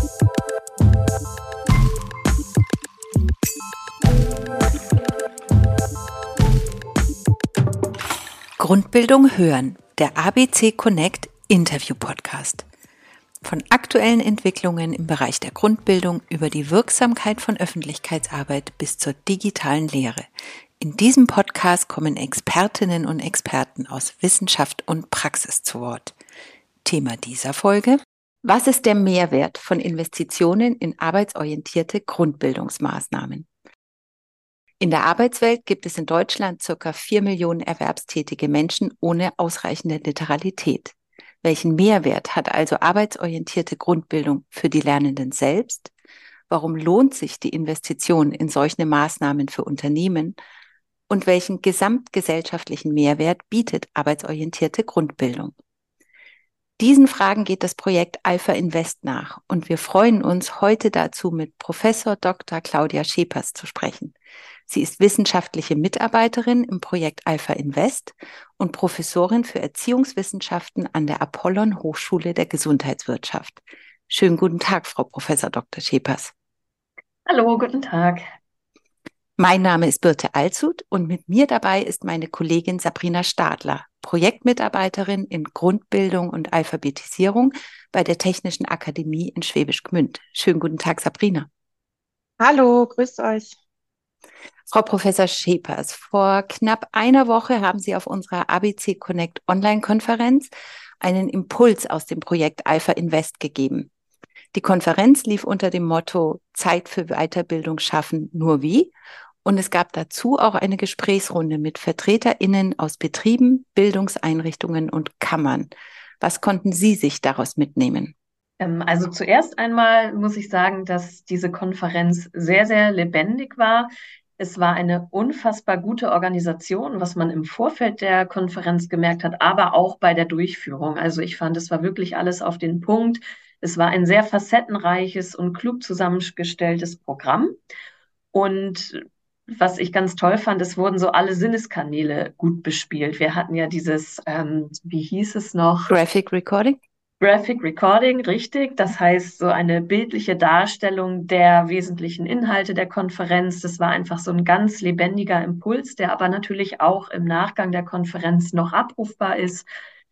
Grundbildung hören, der ABC Connect Interview Podcast. Von aktuellen Entwicklungen im Bereich der Grundbildung über die Wirksamkeit von Öffentlichkeitsarbeit bis zur digitalen Lehre. In diesem Podcast kommen Expertinnen und Experten aus Wissenschaft und Praxis zu Wort. Thema dieser Folge: Was ist der Mehrwert von Investitionen in arbeitsorientierte Grundbildungsmaßnahmen? In der Arbeitswelt gibt es in Deutschland ca. 4 Millionen erwerbstätige Menschen ohne ausreichende Literalität. Welchen Mehrwert hat also arbeitsorientierte Grundbildung für die Lernenden selbst? Warum lohnt sich die Investition in solche Maßnahmen für Unternehmen? Und welchen gesamtgesellschaftlichen Mehrwert bietet arbeitsorientierte Grundbildung? Diesen Fragen geht das Projekt Alpha Invest nach und wir freuen uns, heute dazu mit Professor Dr. Claudia Schepers zu sprechen. Sie ist wissenschaftliche Mitarbeiterin im Projekt Alpha Invest und Professorin für Erziehungswissenschaften an der Apollon Hochschule der Gesundheitswirtschaft. Schönen guten Tag, Frau Professor Dr. Schepers. Hallo, guten Tag. Mein Name ist Birte Alshut und mit mir dabei ist meine Kollegin Sabrina Stadler, Projektmitarbeiterin in Grundbildung und Alphabetisierung bei der Technischen Akademie in Schwäbisch Gmünd. Schönen guten Tag, Sabrina. Hallo, grüßt euch. Frau Professor Schepers, vor knapp einer Woche haben Sie auf unserer ABC Connect Online-Konferenz einen Impuls aus dem Projekt Alpha Invest gegeben. Die Konferenz lief unter dem Motto Zeit für Weiterbildung schaffen, nur wie? Und es gab dazu auch eine Gesprächsrunde mit VertreterInnen aus Betrieben, Bildungseinrichtungen und Kammern. Was konnten Sie sich daraus mitnehmen? Also zuerst einmal muss ich sagen, dass diese Konferenz sehr, sehr lebendig war. Es war eine unfassbar gute Organisation, was man im Vorfeld der Konferenz gemerkt hat, aber auch bei der Durchführung. Also ich fand, es war wirklich alles auf den Punkt. Es war ein sehr facettenreiches und klug zusammengestelltes Programm. Und was ich ganz toll fand, es wurden so alle Sinneskanäle gut bespielt. Wir hatten ja dieses, wie hieß es noch? Graphic Recording? Graphic Recording, richtig. Das heißt, so eine bildliche Darstellung der wesentlichen Inhalte der Konferenz. Das war einfach so ein ganz lebendiger Impuls, der aber natürlich auch im Nachgang der Konferenz noch abrufbar ist.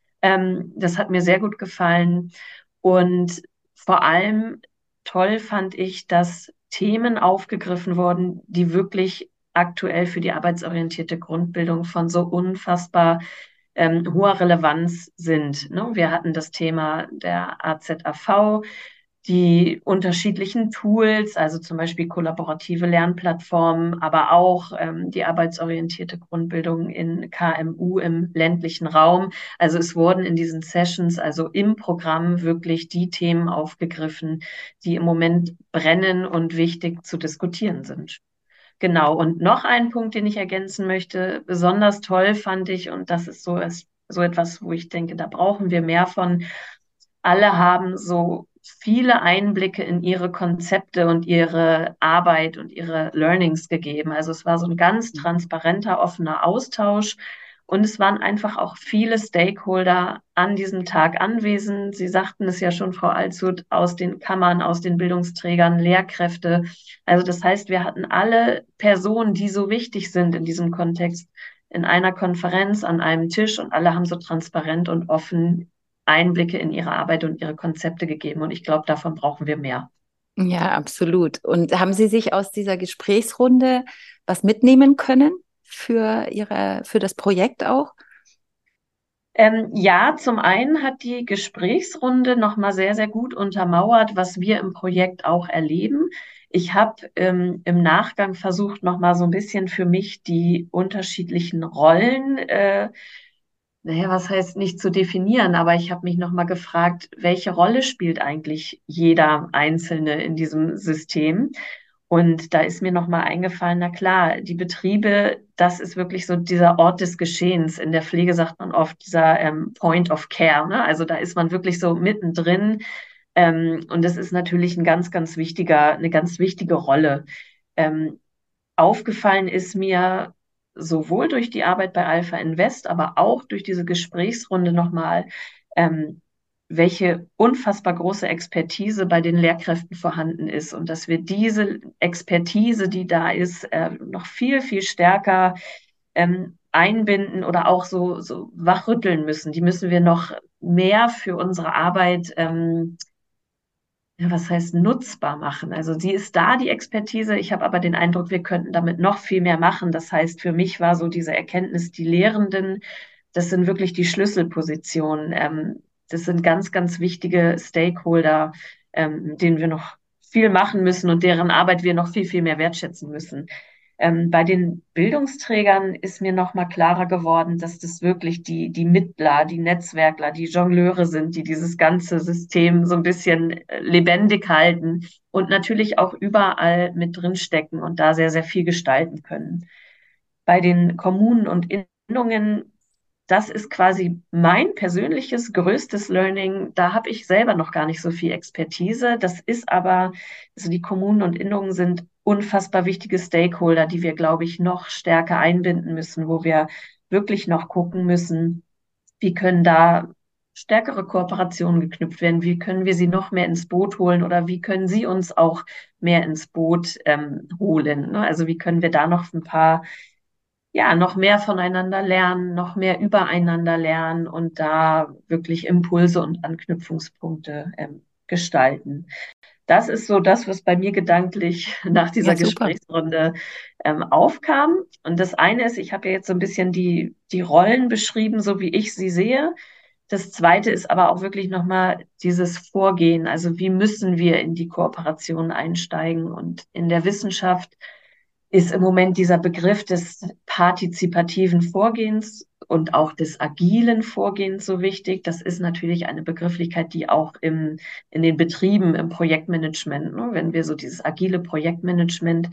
Das hat mir sehr gut gefallen. Und vor allem toll fand ich, dass Themen aufgegriffen wurden, die wirklich aktuell für die arbeitsorientierte Grundbildung von so unfassbar hoher Relevanz sind. Ne? Wir hatten das Thema der AZAV, die unterschiedlichen Tools, also zum Beispiel kollaborative Lernplattformen, aber auch die arbeitsorientierte Grundbildung in KMU im ländlichen Raum. Also es wurden in diesen Sessions, also im Programm, wirklich die Themen aufgegriffen, die im Moment brennen und wichtig zu diskutieren sind. Genau, und noch ein Punkt, den ich ergänzen möchte, besonders toll fand ich, und das ist so etwas, wo ich denke, da brauchen wir mehr von. Alle haben so viele Einblicke in ihre Konzepte und ihre Arbeit und ihre Learnings gegeben. Also es war so ein ganz transparenter, offener Austausch. Und es waren einfach auch viele Stakeholder an diesem Tag anwesend. Sie sagten es ja schon, Frau Alshut, aus den Kammern, aus den Bildungsträgern, Lehrkräfte. Also das heißt, wir hatten alle Personen, die so wichtig sind in diesem Kontext, in einer Konferenz an einem Tisch und alle haben so transparent und offen Einblicke in ihre Arbeit und ihre Konzepte gegeben. Und ich glaube, davon brauchen wir mehr. Ja, absolut. Und haben Sie sich aus dieser Gesprächsrunde was mitnehmen können für das Projekt auch? Ja, zum einen hat die Gesprächsrunde nochmal sehr, sehr gut untermauert, was wir im Projekt auch erleben. Ich habe im Nachgang versucht, nochmal so ein bisschen für mich die unterschiedlichen Rollen, was heißt nicht zu definieren, aber ich habe mich nochmal gefragt, welche Rolle spielt eigentlich jeder Einzelne in diesem System? Und da ist mir nochmal eingefallen, na klar, die Betriebe, das ist wirklich so dieser Ort des Geschehens. In der Pflege sagt man oft dieser Point of Care, ne? Also da ist man wirklich so mittendrin. Und das ist natürlich eine ganz wichtige Rolle. Ähm, Aufgefallen ist mir sowohl durch die Arbeit bei Alpha Invest, aber auch durch diese Gesprächsrunde nochmal, ähm, welche unfassbar große Expertise bei den Lehrkräften vorhanden ist und dass wir diese Expertise, die da ist, noch viel, viel stärker einbinden oder auch so wachrütteln müssen. Die müssen wir noch mehr für unsere Arbeit, ja, was heißt nutzbar machen. Also sie ist da, die Expertise. Ich habe aber den Eindruck, wir könnten damit noch viel mehr machen. Das heißt, für mich war so diese Erkenntnis, die Lehrenden, das sind wirklich die Schlüsselpositionen. Das sind ganz, ganz wichtige Stakeholder, denen wir noch viel machen müssen und deren Arbeit wir noch viel, viel mehr wertschätzen müssen. Bei den Bildungsträgern ist mir noch mal klarer geworden, dass das wirklich die Mittler, die Netzwerkler, die Jongleure sind, die dieses ganze System so ein bisschen lebendig halten und natürlich auch überall mit drin stecken und da sehr, sehr viel gestalten können. Bei den Kommunen und Innungen, das ist quasi mein persönliches größtes Learning. Da habe ich selber noch gar nicht so viel Expertise. Das ist aber, also die Kommunen und Innungen sind unfassbar wichtige Stakeholder, die wir, glaube ich, noch stärker einbinden müssen, wo wir wirklich noch gucken müssen, wie können da stärkere Kooperationen geknüpft werden, wie können wir sie noch mehr ins Boot holen oder wie können sie uns auch mehr ins Boot holen. Ne? Also wie können wir da noch ein paar ja, noch mehr voneinander lernen, noch mehr übereinander lernen und da wirklich Impulse und Anknüpfungspunkte gestalten. Das ist so das, was bei mir gedanklich nach dieser Ja, super. Gesprächsrunde aufkam. Und das eine ist, ich habe ja jetzt so ein bisschen die Rollen beschrieben, so wie ich sie sehe. Das zweite ist aber auch wirklich nochmal dieses Vorgehen. Also wie müssen wir in die Kooperation einsteigen? Und in der Wissenschaft ist im Moment dieser Begriff des partizipativen Vorgehens und auch des agilen Vorgehens so wichtig. Das ist natürlich eine Begrifflichkeit, die auch in den Betrieben, im Projektmanagement, ne, wenn wir so dieses agile Projektmanagement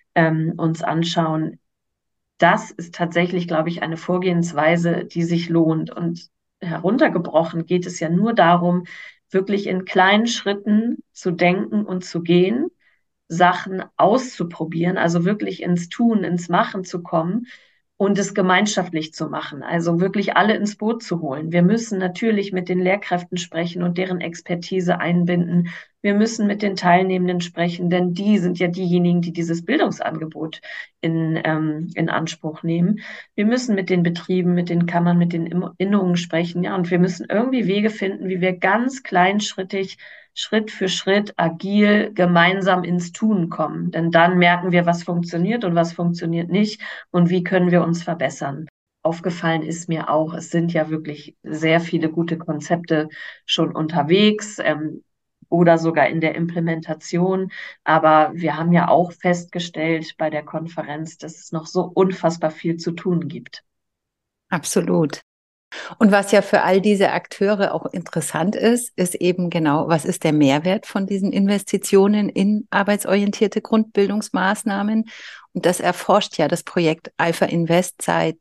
uns anschauen, das ist tatsächlich, glaube ich, eine Vorgehensweise, die sich lohnt. Und heruntergebrochen geht es ja nur darum, wirklich in kleinen Schritten zu denken und zu gehen, Sachen auszuprobieren, also wirklich ins Tun, ins Machen zu kommen und es gemeinschaftlich zu machen, also wirklich alle ins Boot zu holen. Wir müssen natürlich mit den Lehrkräften sprechen und deren Expertise einbinden. Wir müssen mit den Teilnehmenden sprechen, denn die sind ja diejenigen, die dieses Bildungsangebot in Anspruch nehmen. Wir müssen mit den Betrieben, mit den Kammern, mit den Innungen sprechen, ja, und wir müssen irgendwie Wege finden, wie wir ganz kleinschrittig Schritt für Schritt agil gemeinsam ins Tun kommen. Denn dann merken wir, was funktioniert und was funktioniert nicht und wie können wir uns verbessern. Aufgefallen ist mir auch, es sind ja wirklich sehr viele gute Konzepte schon unterwegs oder sogar in der Implementation. Aber wir haben ja auch festgestellt bei der Konferenz, dass es noch so unfassbar viel zu tun gibt. Absolut. Und was ja für all diese Akteure auch interessant ist, ist eben genau, was ist der Mehrwert von diesen Investitionen in arbeitsorientierte Grundbildungsmaßnahmen? Und das erforscht ja das Projekt Alpha Invest seit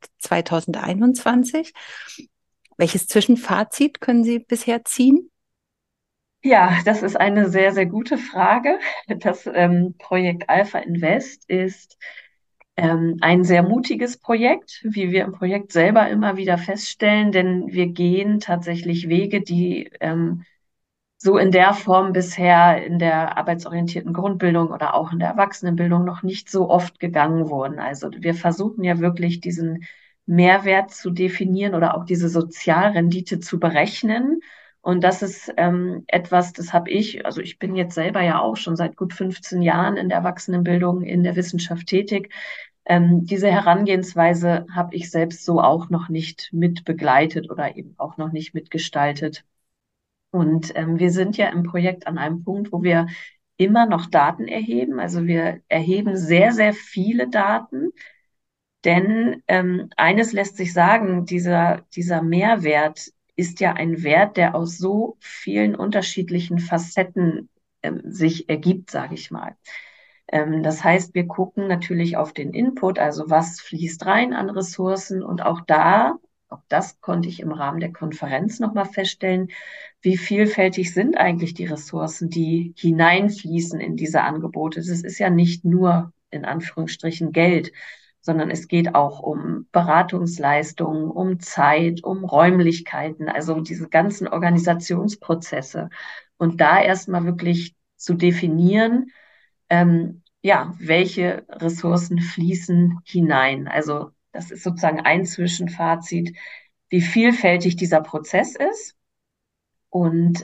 2021. Welches Zwischenfazit können Sie bisher ziehen? Ja, das ist eine sehr, sehr gute Frage. Das Projekt Alpha Invest ist ein sehr mutiges Projekt, wie wir im Projekt selber immer wieder feststellen, denn wir gehen tatsächlich Wege, die so in der Form bisher in der arbeitsorientierten Grundbildung oder auch in der Erwachsenenbildung noch nicht so oft gegangen wurden. Also wir versuchen ja wirklich diesen Mehrwert zu definieren oder auch diese Sozialrendite zu berechnen. Und das ist etwas, das habe ich, also ich bin jetzt selber ja auch schon seit gut 15 Jahren in der Erwachsenenbildung, in der Wissenschaft tätig. Diese Herangehensweise habe ich selbst so auch noch nicht mit begleitet oder eben auch noch nicht mitgestaltet. Und wir sind ja im Projekt an einem Punkt, wo wir immer noch Daten erheben. Also wir erheben sehr, sehr viele Daten. Denn eines lässt sich sagen, dieser Mehrwert ist ja ein Wert, der aus so vielen unterschiedlichen Facetten sich ergibt, sage ich mal. Das heißt, wir gucken natürlich auf den Input, also was fließt rein an Ressourcen und auch das konnte ich im Rahmen der Konferenz nochmal feststellen, wie vielfältig sind eigentlich die Ressourcen, die hineinfließen in diese Angebote. Es ist ja nicht nur in Anführungsstrichen Geld. sondern es geht auch um Beratungsleistungen, um Zeit, um Räumlichkeiten, also diese ganzen Organisationsprozesse. Und da erstmal wirklich zu definieren, ja, welche Ressourcen fließen hinein. Also das ist sozusagen ein Zwischenfazit, wie vielfältig dieser Prozess ist und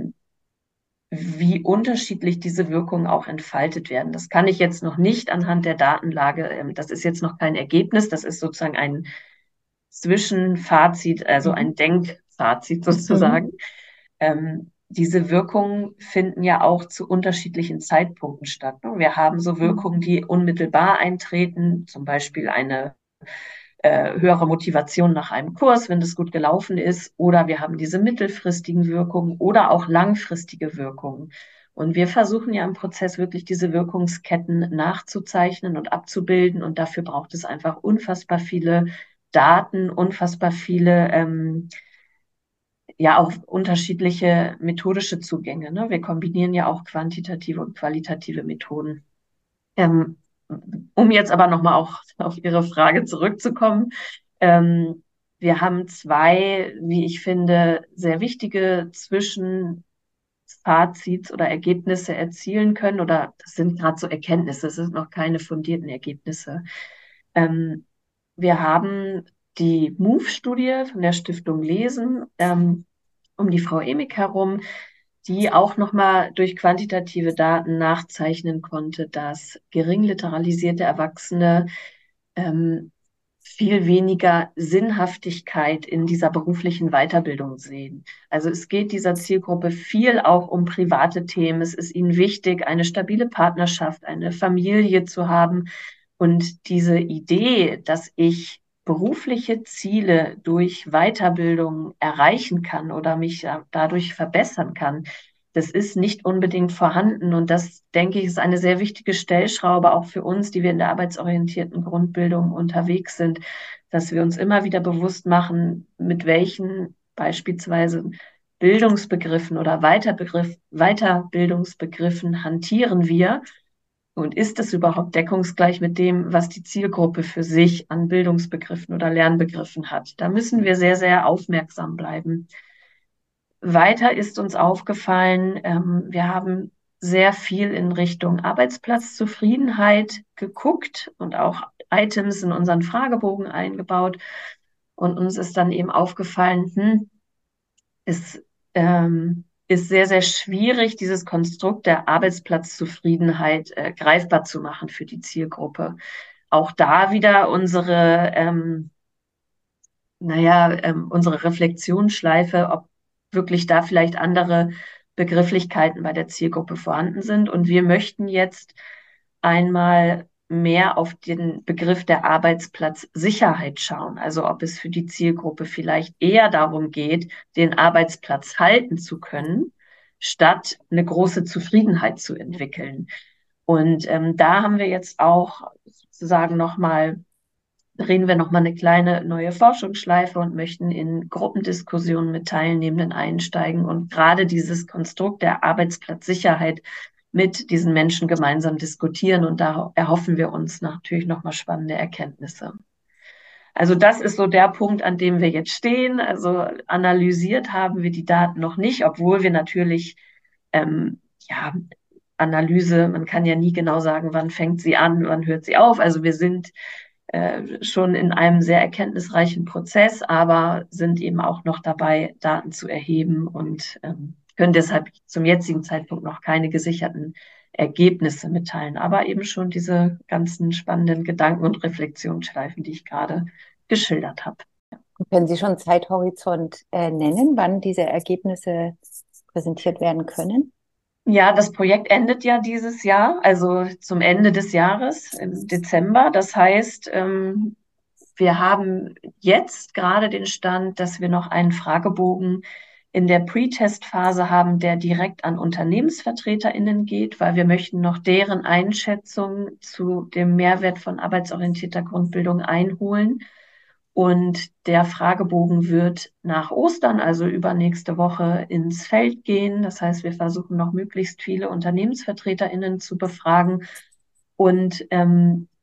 wie unterschiedlich diese Wirkungen auch entfaltet werden. Das kann ich jetzt noch nicht anhand der Datenlage, das ist jetzt noch kein Ergebnis, das ist sozusagen ein Zwischenfazit, also ein Denkfazit sozusagen. Diese Wirkungen finden ja auch zu unterschiedlichen Zeitpunkten statt. Ne? Wir haben so Wirkungen, die unmittelbar eintreten, zum Beispiel eine höhere Motivation nach einem Kurs, wenn das gut gelaufen ist, oder wir haben diese mittelfristigen Wirkungen oder auch langfristige Wirkungen. Und wir versuchen ja im Prozess wirklich diese Wirkungsketten nachzuzeichnen und abzubilden. Und dafür braucht es einfach unfassbar viele Daten, unfassbar viele, ja auch unterschiedliche methodische Zugänge. Ne? Wir kombinieren ja auch quantitative und qualitative Methoden. Um jetzt aber nochmal auch auf Ihre Frage zurückzukommen. Wir haben zwei, wie ich finde, sehr wichtige Zwischenfazits oder Ergebnisse erzielen können. Oder das sind gerade so Erkenntnisse, es sind noch keine fundierten Ergebnisse. Wir haben die MOVE-Studie von der Stiftung Lesen um die Frau Emig herum, die auch nochmal durch quantitative Daten nachzeichnen konnte, dass gering literalisierte Erwachsene viel weniger Sinnhaftigkeit in dieser beruflichen Weiterbildung sehen. Also es geht dieser Zielgruppe viel auch um private Themen. Es ist ihnen wichtig, eine stabile Partnerschaft, eine Familie zu haben. Und diese Idee, dass ich berufliche Ziele durch Weiterbildung erreichen kann oder mich dadurch verbessern kann, das ist nicht unbedingt vorhanden. Und das, denke ich, ist eine sehr wichtige Stellschraube auch für uns, die wir in der arbeitsorientierten Grundbildung unterwegs sind, dass wir uns immer wieder bewusst machen, mit welchen beispielsweise Bildungsbegriffen oder Weiterbildungsbegriffen hantieren wir. Und ist es überhaupt deckungsgleich mit dem, was die Zielgruppe für sich an Bildungsbegriffen oder Lernbegriffen hat? Da müssen wir sehr, sehr aufmerksam bleiben. Weiter ist uns aufgefallen, wir haben sehr viel in Richtung Arbeitsplatzzufriedenheit geguckt und auch Items in unseren Fragebogen eingebaut. Und uns ist dann eben aufgefallen, es ist sehr, sehr schwierig, dieses Konstrukt der Arbeitsplatzzufriedenheit greifbar zu machen für die Zielgruppe. Auch da wieder unsere Reflexionsschleife, ob wirklich da vielleicht andere Begrifflichkeiten bei der Zielgruppe vorhanden sind. Und wir möchten jetzt einmal mehr auf den Begriff der Arbeitsplatzsicherheit schauen. Also ob es für die Zielgruppe vielleicht eher darum geht, den Arbeitsplatz halten zu können, statt eine große Zufriedenheit zu entwickeln. Und da haben wir jetzt auch sozusagen drehen wir nochmal eine kleine neue Forschungsschleife und möchten in Gruppendiskussionen mit Teilnehmenden einsteigen und gerade dieses Konstrukt der Arbeitsplatzsicherheit mit diesen Menschen gemeinsam diskutieren. Und da erhoffen wir uns natürlich nochmal spannende Erkenntnisse. Also das ist so der Punkt, an dem wir jetzt stehen. Also analysiert haben wir die Daten noch nicht, obwohl wir natürlich, ja, Analyse, man kann ja nie genau sagen, wann fängt sie an, wann hört sie auf. Also wir sind schon in einem sehr erkenntnisreichen Prozess, aber sind eben auch noch dabei, Daten zu erheben und können deshalb zum jetzigen Zeitpunkt noch keine gesicherten Ergebnisse mitteilen, aber eben schon diese ganzen spannenden Gedanken und Reflexionsschleifen, die ich gerade geschildert habe. Können Sie schon einen Zeithorizont nennen, wann diese Ergebnisse präsentiert werden können? Ja, das Projekt endet ja dieses Jahr, also zum Ende des Jahres im Dezember. Das heißt, wir haben jetzt gerade den Stand, dass wir noch einen Fragebogen in der Pre-Test-Phase haben, der direkt an UnternehmensvertreterInnen geht, weil wir möchten noch deren Einschätzung zu dem Mehrwert von arbeitsorientierter Grundbildung einholen. Und der Fragebogen wird nach Ostern, also übernächste Woche, ins Feld gehen. Das heißt, wir versuchen noch möglichst viele UnternehmensvertreterInnen zu befragen. Und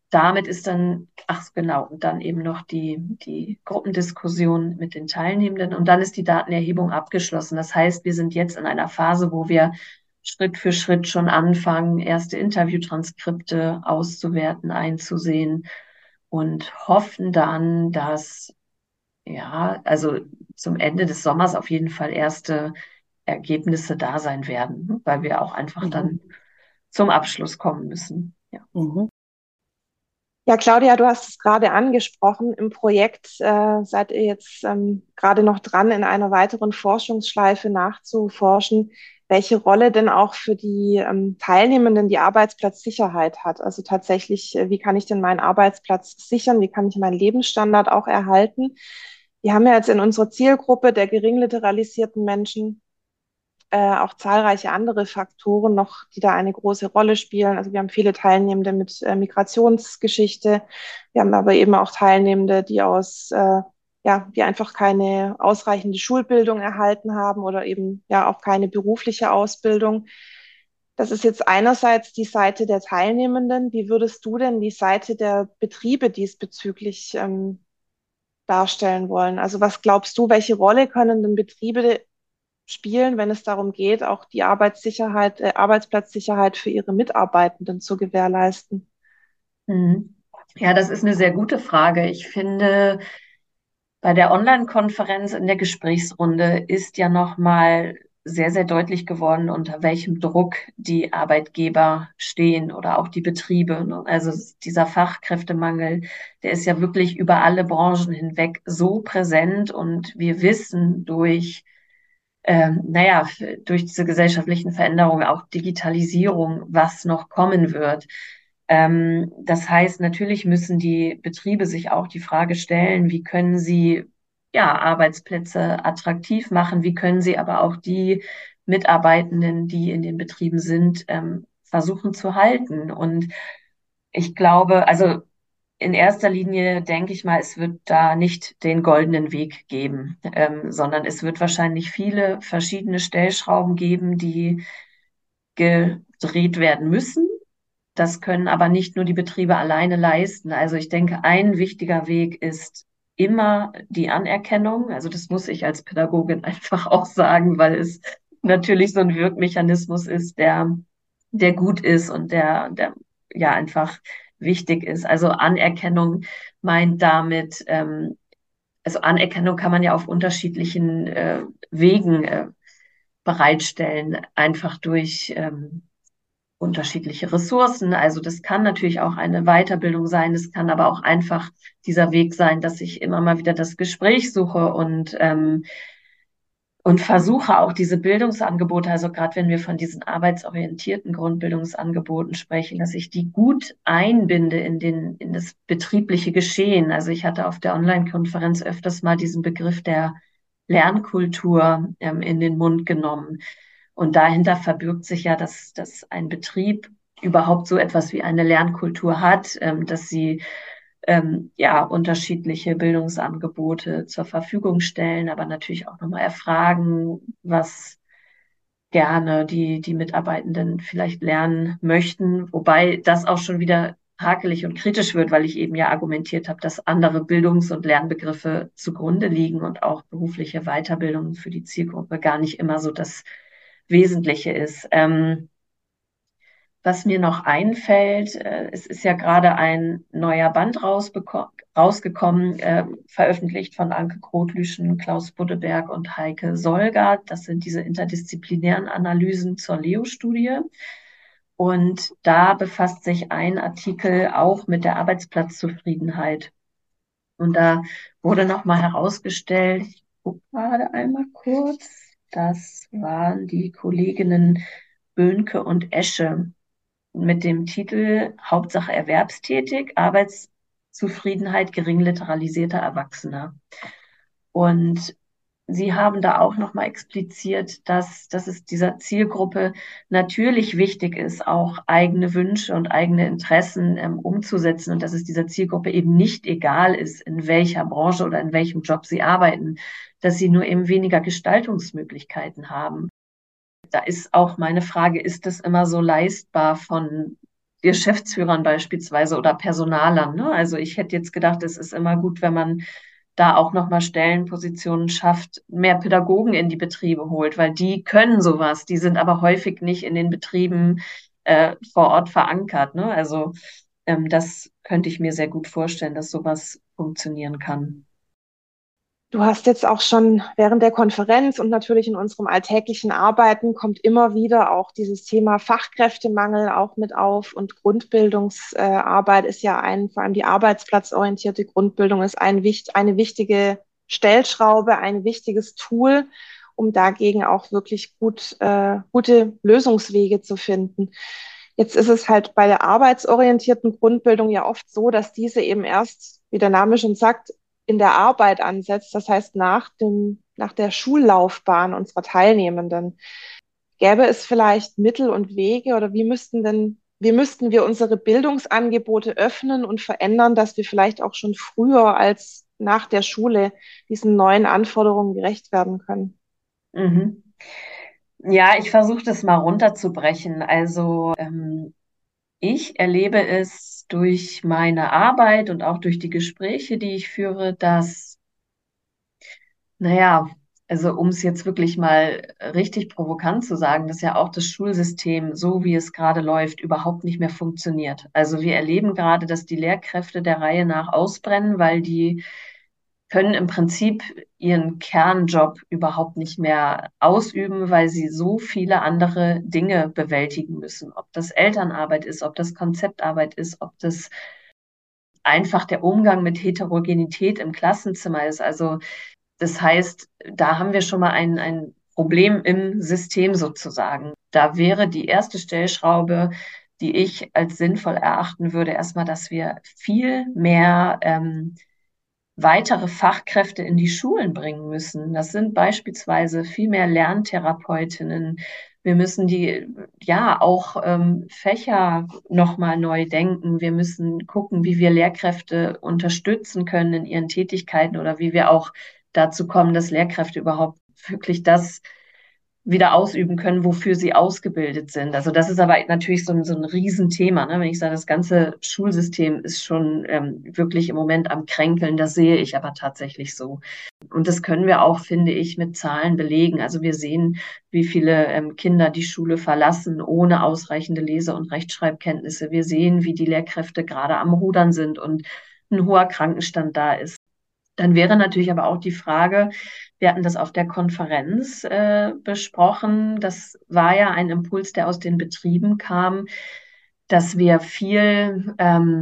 damit ist dann, ach genau, und dann eben noch die Gruppendiskussion mit den Teilnehmenden und dann ist die Datenerhebung abgeschlossen. Das heißt, wir sind jetzt in einer Phase, wo wir Schritt für Schritt schon anfangen, erste Interviewtranskripte auszuwerten, einzusehen und hoffen dann, dass, ja, also zum Ende des Sommers auf jeden Fall erste Ergebnisse da sein werden, weil wir auch einfach Mhm. dann zum Abschluss kommen müssen. Ja. Mhm. Ja, Claudia, du hast es gerade angesprochen. Im Projekt seid ihr jetzt gerade noch dran, in einer weiteren Forschungsschleife nachzuforschen, welche Rolle denn auch für die Teilnehmenden die Arbeitsplatzsicherheit hat. Also tatsächlich, wie kann ich denn meinen Arbeitsplatz sichern? Wie kann ich meinen Lebensstandard auch erhalten? Wir haben ja jetzt in unserer Zielgruppe der gering literalisierten Menschen auch zahlreiche andere Faktoren noch, die da eine große Rolle spielen. Also wir haben viele Teilnehmende mit Migrationsgeschichte. Wir haben aber eben auch Teilnehmende, die die einfach keine ausreichende Schulbildung erhalten haben oder eben ja auch keine berufliche Ausbildung. Das ist jetzt einerseits die Seite der Teilnehmenden. Wie würdest du denn die Seite der Betriebe diesbezüglich darstellen wollen? Also was glaubst du, welche Rolle können denn Betriebe spielen, wenn es darum geht, auch die Arbeitsplatzsicherheit für ihre Mitarbeitenden zu gewährleisten? Mhm. Ja, das ist eine sehr gute Frage. Ich finde, bei der Online-Konferenz in der Gesprächsrunde ist ja nochmal sehr, sehr deutlich geworden, unter welchem Druck die Arbeitgeber stehen oder auch die Betriebe, ne? Also dieser Fachkräftemangel, der ist ja wirklich über alle Branchen hinweg so präsent und wir wissen durch diese gesellschaftlichen Veränderungen, auch Digitalisierung, was noch kommen wird. Das heißt, natürlich müssen die Betriebe sich auch die Frage stellen, wie können sie ja Arbeitsplätze attraktiv machen, wie können sie aber auch die Mitarbeitenden, die in den Betrieben sind, versuchen zu halten. Und ich glaube, also in erster Linie denke ich mal, es wird da nicht den goldenen Weg geben, sondern es wird wahrscheinlich viele verschiedene Stellschrauben geben, die gedreht werden müssen. Das können aber nicht nur die Betriebe alleine leisten. Also ich denke, ein wichtiger Weg ist immer die Anerkennung. Also das muss ich als Pädagogin einfach auch sagen, weil es natürlich so ein Wirkmechanismus ist, der gut ist und der ja einfach wichtig ist. Also Anerkennung meint damit, also Anerkennung kann man ja auf unterschiedlichen Wegen bereitstellen, einfach durch unterschiedliche Ressourcen. Also das kann natürlich auch eine Weiterbildung sein, es kann aber auch einfach dieser Weg sein, dass ich immer mal wieder das Gespräch suche und versuche auch diese Bildungsangebote, also gerade wenn wir von diesen arbeitsorientierten Grundbildungsangeboten sprechen, dass ich die gut einbinde in das betriebliche Geschehen. Also ich hatte auf der Online-Konferenz öfters mal diesen Begriff der Lernkultur in den Mund genommen. Und dahinter verbirgt sich ja, dass ein Betrieb überhaupt so etwas wie eine Lernkultur hat, dass sie ja, unterschiedliche Bildungsangebote zur Verfügung stellen, aber natürlich auch nochmal erfragen, was gerne die Mitarbeitenden vielleicht lernen möchten, wobei das auch schon wieder hakelig und kritisch wird, weil ich eben ja argumentiert habe, dass andere Bildungs- und Lernbegriffe zugrunde liegen und auch berufliche Weiterbildung für die Zielgruppe gar nicht immer so das Wesentliche ist. Was mir noch einfällt, es ist ja gerade ein neuer Band rausgekommen, veröffentlicht von Anke Grotlüschen, Klaus Buddeberg und Heike Solgard. Das sind diese interdisziplinären Analysen zur Leo-Studie. Und da befasst sich ein Artikel auch mit der Arbeitsplatzzufriedenheit. Und da wurde nochmal herausgestellt, ich gucke gerade einmal kurz, das waren die Kolleginnen Böhnke und Esche mit dem Titel Hauptsache erwerbstätig, Arbeitszufriedenheit gering literalisierter Erwachsener. Und Sie haben da auch nochmal expliziert, dass es dieser Zielgruppe natürlich wichtig ist, auch eigene Wünsche und eigene Interessen umzusetzen und dass es dieser Zielgruppe eben nicht egal ist, in welcher Branche oder in welchem Job sie arbeiten, dass sie nur eben weniger Gestaltungsmöglichkeiten haben. Da ist auch meine Frage, ist das immer so leistbar von Geschäftsführern beispielsweise oder Personalern, ne? Also ich hätte jetzt gedacht, es ist immer gut, wenn man da auch nochmal Stellenpositionen schafft, mehr Pädagogen in die Betriebe holt, weil die können sowas, die sind aber häufig nicht in den Betrieben vor Ort verankert, ne? Also das könnte ich mir sehr gut vorstellen, dass sowas funktionieren kann. Du hast jetzt auch schon während der Konferenz und natürlich in unserem alltäglichen Arbeiten kommt immer wieder auch dieses Thema Fachkräftemangel auch mit auf, und Grundbildungsarbeit ist ja vor allem die arbeitsplatzorientierte Grundbildung ist eine wichtige Stellschraube, ein wichtiges Tool, um dagegen auch wirklich gute Lösungswege zu finden. Jetzt ist es halt bei der arbeitsorientierten Grundbildung ja oft so, dass diese eben erst, wie der Name schon sagt, in der Arbeit ansetzt, das heißt nach der Schullaufbahn unserer Teilnehmenden. Gäbe es vielleicht Mittel und Wege, oder wie müssten wir unsere Bildungsangebote öffnen und verändern, dass wir vielleicht auch schon früher als nach der Schule diesen neuen Anforderungen gerecht werden können? Mhm. Ja, ich versuche das mal runterzubrechen. Also ich erlebe es durch meine Arbeit und auch durch die Gespräche, die ich führe, dass, naja, also um es jetzt wirklich mal richtig provokant zu sagen, dass ja auch das Schulsystem, so wie es gerade läuft, überhaupt nicht mehr funktioniert. Also wir erleben gerade, dass die Lehrkräfte der Reihe nach ausbrennen, weil die können im Prinzip ihren Kernjob überhaupt nicht mehr ausüben, weil sie so viele andere Dinge bewältigen müssen. Ob das Elternarbeit ist, ob das Konzeptarbeit ist, ob das einfach der Umgang mit Heterogenität im Klassenzimmer ist. Also das heißt, da haben wir schon mal ein Problem im System sozusagen. Da wäre die erste Stellschraube, die ich als sinnvoll erachten würde, erstmal, dass wir viel mehr weitere Fachkräfte in die Schulen bringen müssen. Das sind beispielsweise viel mehr Lerntherapeutinnen. Wir müssen die, ja, auch Fächer nochmal neu denken. Wir müssen gucken, wie wir Lehrkräfte unterstützen können in ihren Tätigkeiten oder wie wir auch dazu kommen, dass Lehrkräfte überhaupt wirklich das wieder ausüben können, wofür sie ausgebildet sind. Also das ist aber natürlich so ein Riesenthema, ne? Wenn ich sage, das ganze Schulsystem ist schon wirklich im Moment am Kränkeln, das sehe ich aber tatsächlich so. Und das können wir auch, finde ich, mit Zahlen belegen. Also wir sehen, wie viele Kinder die Schule verlassen ohne ausreichende Lese- und Rechtschreibkenntnisse. Wir sehen, wie die Lehrkräfte gerade am Rudern sind und ein hoher Krankenstand da ist. Dann wäre natürlich aber auch die Frage, wir hatten das auf der Konferenz besprochen, das war ja ein Impuls, der aus den Betrieben kam, dass wir viel,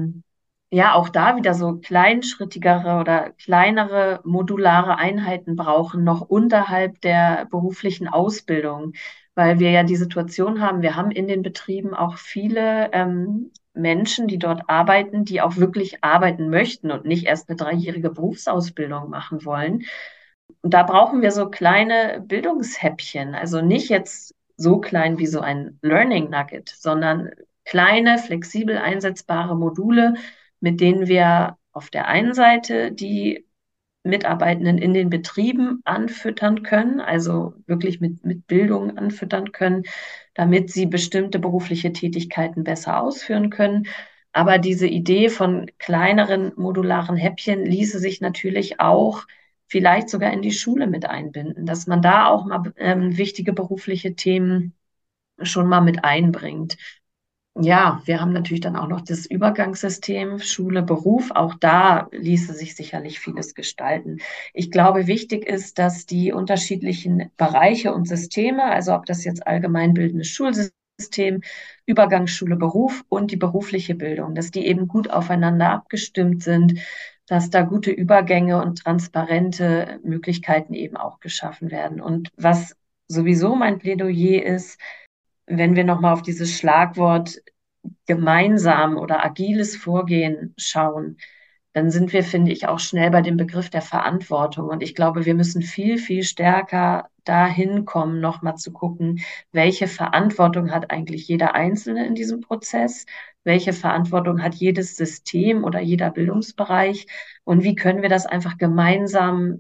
ja, auch da wieder so kleinschrittigere oder kleinere modulare Einheiten brauchen, noch unterhalb der beruflichen Ausbildung, weil wir ja die Situation haben, wir haben in den Betrieben auch viele Menschen, die dort arbeiten, die auch wirklich arbeiten möchten und nicht erst eine dreijährige Berufsausbildung machen wollen. Und da brauchen wir so kleine Bildungshäppchen, also nicht jetzt so klein wie so ein Learning Nugget, sondern kleine, flexibel einsetzbare Module, mit denen wir auf der einen Seite die Mitarbeitenden in den Betrieben anfüttern können, also wirklich mit Bildung anfüttern können, damit sie bestimmte berufliche Tätigkeiten besser ausführen können. Aber diese Idee von kleineren modularen Häppchen ließe sich natürlich auch vielleicht sogar in die Schule mit einbinden, dass man da auch mal wichtige berufliche Themen schon mal mit einbringt. Ja, wir haben natürlich dann auch noch das Übergangssystem Schule, Beruf. Auch da ließe sich sicherlich vieles gestalten. Ich glaube, wichtig ist, dass die unterschiedlichen Bereiche und Systeme, also ob das jetzt allgemeinbildendes Schulsystem, Übergangsschule, Beruf und die berufliche Bildung, dass die eben gut aufeinander abgestimmt sind, dass da gute Übergänge und transparente Möglichkeiten eben auch geschaffen werden. Und was sowieso mein Plädoyer ist, wenn wir nochmal auf dieses Schlagwort gemeinsam oder agiles Vorgehen schauen, dann sind wir, finde ich, auch schnell bei dem Begriff der Verantwortung. Und ich glaube, wir müssen viel, viel stärker dahin kommen, nochmal zu gucken, welche Verantwortung hat eigentlich jeder Einzelne in diesem Prozess? Welche Verantwortung hat jedes System oder jeder Bildungsbereich? Und wie können wir das einfach gemeinsam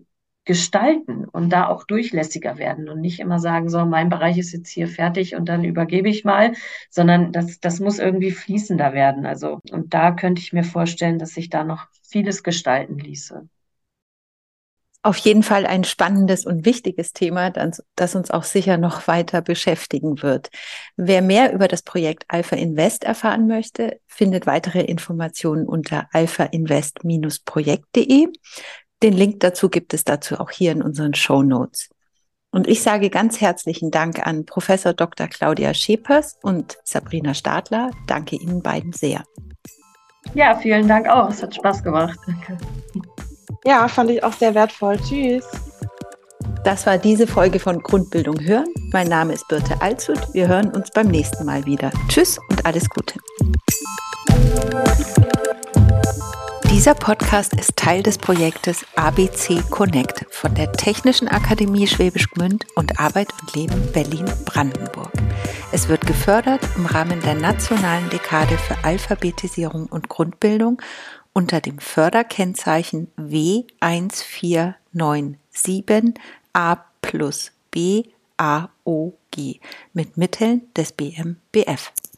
gestalten und da auch durchlässiger werden und nicht immer sagen, so, mein Bereich ist jetzt hier fertig und dann übergebe ich mal, sondern das muss irgendwie fließender werden. Also, und da könnte ich mir vorstellen, dass sich da noch vieles gestalten ließe. Auf jeden Fall ein spannendes und wichtiges Thema, das uns auch sicher noch weiter beschäftigen wird. Wer mehr über das Projekt Alpha Invest erfahren möchte, findet weitere Informationen unter alphainvest-projekt.de. Den Link dazu gibt es dazu auch hier in unseren Shownotes. Und ich sage ganz herzlichen Dank an Professor Dr. Claudia Schepers und Sabrina Stadler. Danke Ihnen beiden sehr. Ja, vielen Dank auch. Es hat Spaß gemacht. Danke. Ja, fand ich auch sehr wertvoll. Tschüss. Das war diese Folge von Grundbildung hören. Mein Name ist Birte Alshut. Wir hören uns beim nächsten Mal wieder. Tschüss und alles Gute. Dieser Podcast ist Teil des Projektes ABC Connect von der Technischen Akademie Schwäbisch Gmünd und Arbeit und Leben Berlin-Brandenburg. Es wird gefördert im Rahmen der Nationalen Dekade für Alphabetisierung und Grundbildung unter dem Förderkennzeichen W1497A+B AOG mit Mitteln des BMBF.